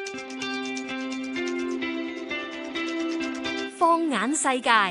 放眼世界。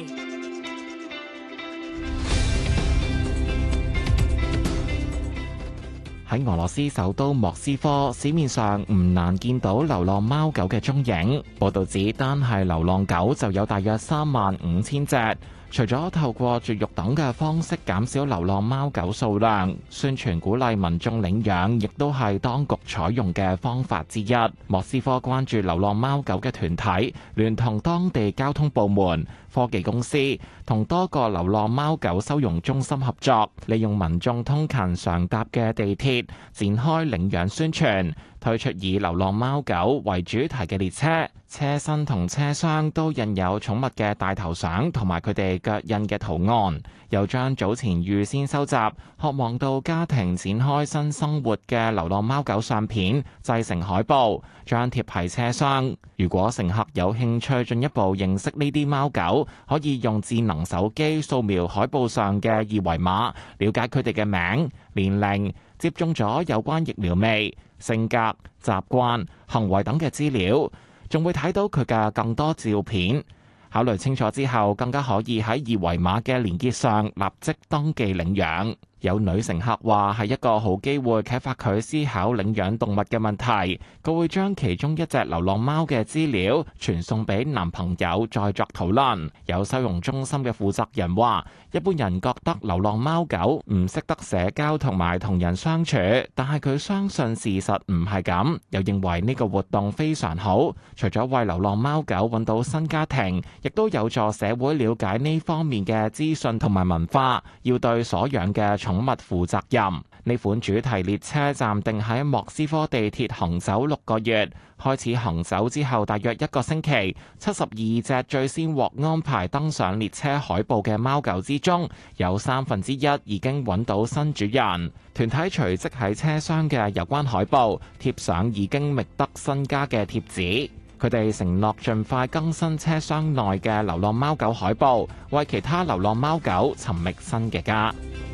喺俄羅斯首都莫斯科，市面上唔難見到流浪貓狗嘅蹤影。報道指，單係流浪狗就有大約35000隻。除咗透過絕育等嘅方式減少流浪貓狗數量，宣傳鼓勵民眾領養，亦都係當局採用嘅方法之一。莫斯科關注流浪貓狗嘅團體，聯同當地交通部門、科技公司同多個流浪貓狗收容中心合作，利用民眾通勤常搭嘅地鐵，展開領養宣傳，推出以流浪貓狗為主題嘅列車，車身同車廂都印有寵物嘅大頭相同埋佢哋腳印嘅圖案，又將早前預先收集、渴望到家庭展開新生活嘅流浪貓狗相片製成海報，張貼喺車廂。如果乘客有興趣進一步認識呢啲貓狗，可以用智能手機掃描海報上嘅二維碼，了解佢哋嘅名、年齡、接種咗有關疫苗未、性格、習慣、行為等嘅資料，仲會睇到佢嘅更多照片。考慮清楚之後，更加可以喺二維碼嘅連結上立即登記領養。有女乘客話係一個好機會啟發佢思考領養動物嘅問題，佢會將其中一隻流浪貓嘅資料傳送俾男朋友再作討論。有收容中心嘅負責人話，一般人覺得流浪貓狗唔識得社交同埋同人相處，但係佢相信事實唔係咁，又認為呢個活動非常好，除咗為流浪貓狗揾到新家庭，亦都有助社會了解呢方面嘅資訊同埋文化，要對所養嘅寵物負責任。呢款主題列車暫定喺莫斯科地鐵行走6個月，開始行走之後大約1個星期，72隻最先獲安排登上列車海報嘅貓狗之中，有1/3已經揾到新主人。團體隨即喺車廂嘅有關海報貼上已經覓得新家嘅貼紙。佢哋承諾盡快更新車廂內嘅流浪貓狗海報，為其他流浪貓狗尋覓新嘅家。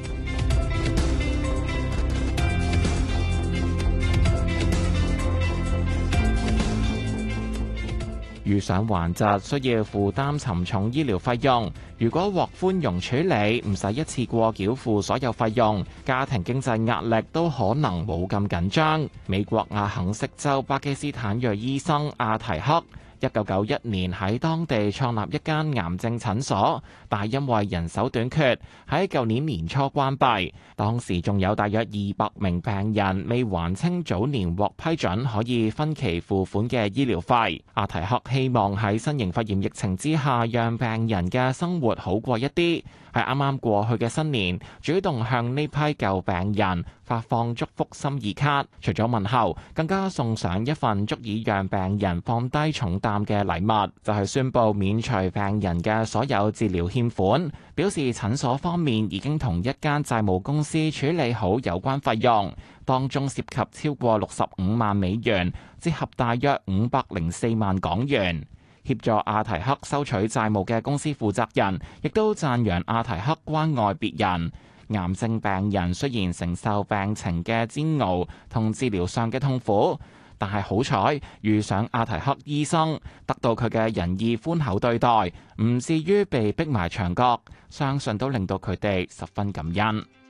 遇上頑疾需要負擔沉重醫療費用，如果獲寬容處理，唔使一次過繳付所有費用，家庭經濟壓力都可能冇咁緊張。美國亞肯色州巴基斯坦裔醫生阿提克1991年喺當地創立一間癌症診所，但係因為人手短缺，喺舊年年初關閉。當時仲有大約200名病人未還清早年獲批准可以分期付款嘅醫療費。阿提克希望喺新型肺炎疫情之下，讓病人嘅生活好過一啲。喺啱啱過去嘅新年，主動向呢批舊病人發放祝福心意卡，除咗問候，更加送上一份足以讓病人放低重擔嘅禮物，就係宣布免除病人嘅所有治療欠款，表示診所方面已經同一間債務公司處理好有關費用，當中涉及超過65萬美元，折合大約504萬港元。協助阿提克收取債務嘅公司負責人亦都讚揚阿提克關愛別人。癌症病人雖然承受病情嘅煎熬同治療上嘅痛苦，但係好彩遇上阿提克醫生，得到佢嘅仁義寬厚對待，唔至於被逼埋牆角，相信都令到佢哋十分感恩。